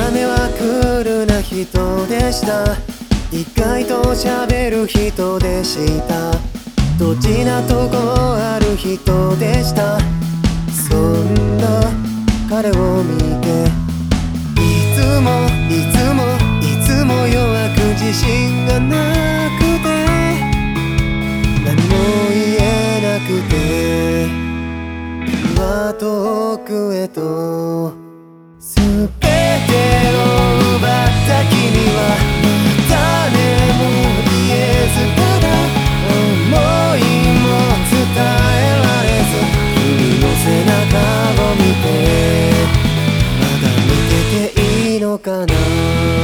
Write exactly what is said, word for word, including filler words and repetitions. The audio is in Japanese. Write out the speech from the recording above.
めはクールな人でした。意外と喋る人でした。ドジなとこある人でした。そんな彼を見ていつもいつもいつも弱く自信がなくて何も言えなくては遠くへと全てを奪った君は誰も言えずただ想いも伝えられず君の背中を見てまだ見てていいのかな。